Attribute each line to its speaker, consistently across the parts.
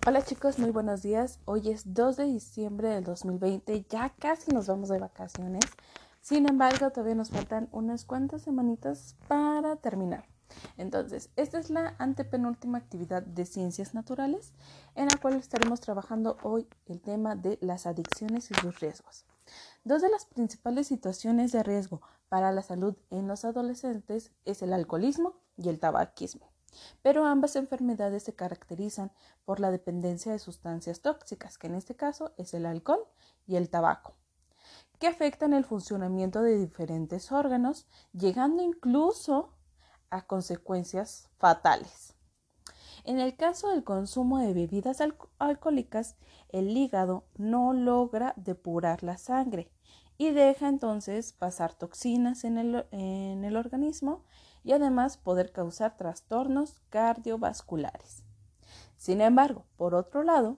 Speaker 1: Hola chicos, muy buenos días. Hoy es 2 de diciembre del 2020, ya casi nos vamos de vacaciones. Sin embargo, todavía nos faltan unas cuantas semanitas para terminar. Entonces, esta es la antepenúltima actividad de ciencias naturales en la cual estaremos trabajando hoy el tema de las adicciones y sus riesgos. Dos de las principales situaciones de riesgo para la salud en los adolescentes es el alcoholismo y el tabaquismo, pero ambas enfermedades se caracterizan por la dependencia de sustancias tóxicas, que en este caso es el alcohol y el tabaco, que afectan el funcionamiento de diferentes órganos, llegando incluso a consecuencias fatales. En el caso del consumo de bebidas alcohólicas, el hígado no logra depurar la sangre y deja entonces pasar toxinas en el organismo y además poder causar trastornos cardiovasculares. Sin embargo, por otro lado,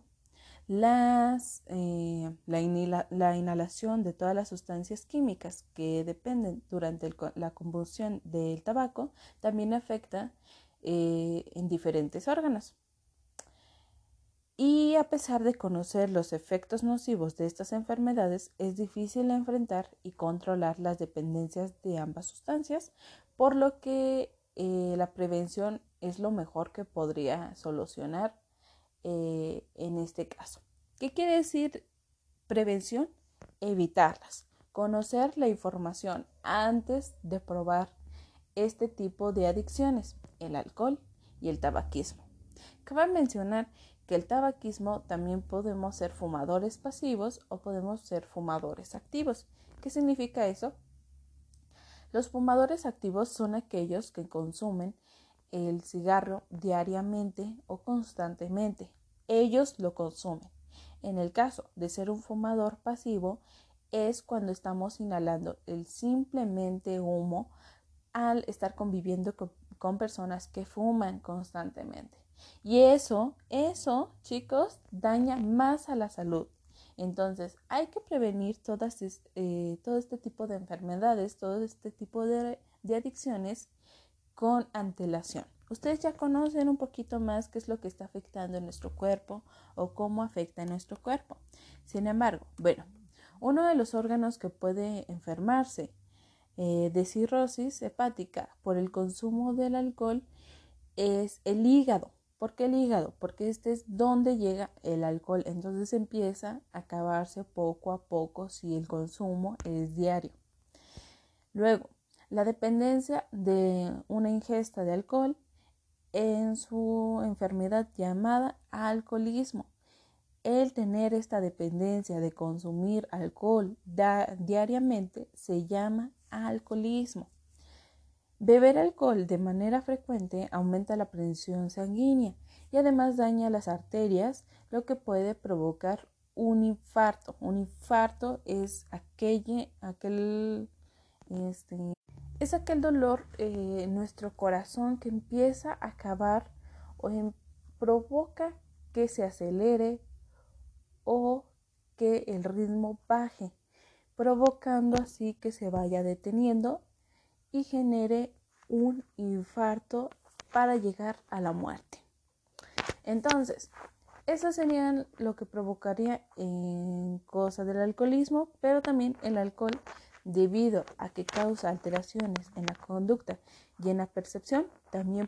Speaker 1: la inhalación de todas las sustancias químicas que dependen durante la combustión del tabaco también afecta en diferentes órganos. Y a pesar de conocer los efectos nocivos de estas enfermedades, es difícil enfrentar y controlar las dependencias de ambas sustancias, por lo que la prevención es lo mejor que podría solucionar en este caso. ¿Qué quiere decir prevención? Evitarlas, conocer la información antes de probar este tipo de adicciones, el alcohol y el tabaquismo. Cabe mencionar que el tabaquismo también podemos ser fumadores pasivos o podemos ser fumadores activos. ¿Qué significa eso? Los fumadores activos son aquellos que consumen el cigarro diariamente o constantemente. Ellos lo consumen. En el caso de ser un fumador pasivo, es cuando estamos inhalando el simplemente humo al estar conviviendo con personas que fuman constantemente. Y eso, chicos, daña más a la salud. Entonces, hay que prevenir todo este tipo de enfermedades, todo este tipo de adicciones con antelación. Ustedes ya conocen un poquito más qué es lo que está afectando en nuestro cuerpo o cómo afecta en nuestro cuerpo. Sin embargo, bueno, uno de los órganos que puede enfermarse de cirrosis hepática por el consumo del alcohol es el hígado. ¿Por qué el hígado? Porque este es donde llega el alcohol. Entonces empieza a acabarse poco a poco si el consumo es diario. Luego, la dependencia de una ingesta de alcohol en su enfermedad llamada alcoholismo. El tener esta dependencia de consumir alcohol diariamente se llama alcoholismo. Beber alcohol de manera frecuente aumenta la presión sanguínea y además daña las arterias, lo que puede provocar un infarto. Un infarto es aquel dolor en nuestro corazón que empieza a acabar provoca que se acelere o que el ritmo baje, provocando así que se vaya deteniendo y genere un infarto para llegar a la muerte. Entonces, eso sería lo que provocaría en cosas del alcoholismo, pero también el alcohol, debido a que causa alteraciones en la conducta y en la percepción, también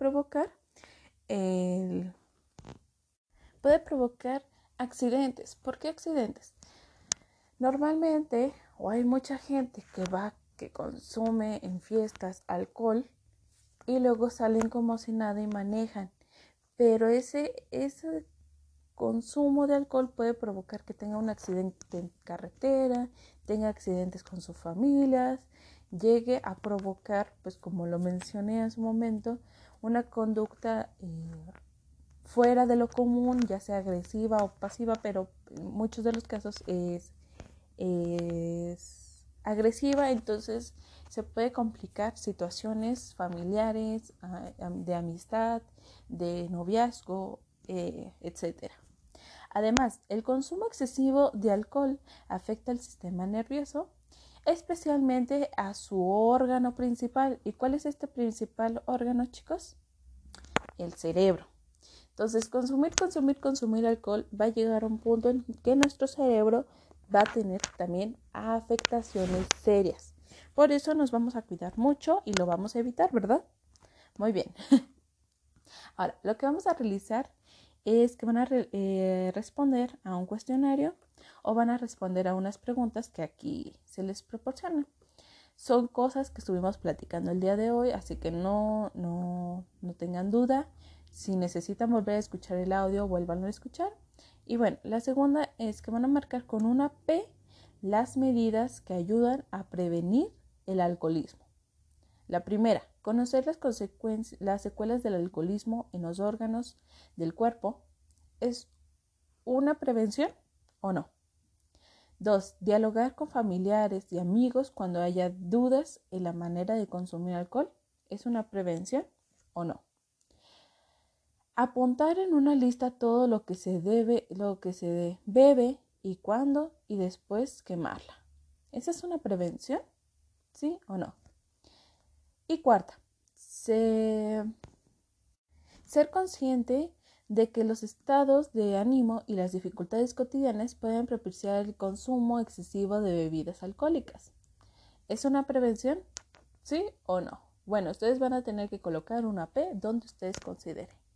Speaker 1: el, puede provocar accidentes. ¿Por qué accidentes? Normalmente, o hay mucha gente que consume en fiestas alcohol y luego salen como si nada y manejan. Pero ese consumo de alcohol puede provocar que tenga un accidente en carretera, tenga accidentes con sus familias, llegue a provocar, pues como lo mencioné en su momento, una conducta fuera de lo común, ya sea agresiva o pasiva, pero en muchos de los casos es agresiva, entonces se puede complicar situaciones familiares, de amistad, de noviazgo, etcétera. Además, el consumo excesivo de alcohol afecta el sistema nervioso, especialmente a su órgano principal. ¿Y cuál es este principal órgano, chicos? El cerebro. Entonces, consumir alcohol va a llegar a un punto en que nuestro cerebro va a tener también afectaciones serias. Por eso nos vamos a cuidar mucho y lo vamos a evitar, ¿verdad? Muy bien. Ahora, lo que vamos a realizar es que van a responder a un cuestionario o van a responder a unas preguntas que aquí se les proporcionan. Son cosas que estuvimos platicando el día de hoy, así que no tengan duda. Si necesitan volver a escuchar el audio, vuélvanlo a escuchar. Y bueno, la segunda es que van a marcar con una P las medidas que ayudan a prevenir el alcoholismo. La primera, conocer las secuelas del alcoholismo en los órganos del cuerpo. ¿Es una prevención o no? 2. Dialogar con familiares y amigos cuando haya dudas en la manera de consumir alcohol. ¿Es una prevención o no? Apuntar en una lista todo lo que se bebe y cuándo y después quemarla. ¿Esa es una prevención? ¿Sí o no? Y cuarta, ser consciente de que los estados de ánimo y las dificultades cotidianas pueden propiciar el consumo excesivo de bebidas alcohólicas. ¿Es una prevención? ¿Sí o no? Bueno, ustedes van a tener que colocar una P donde ustedes consideren.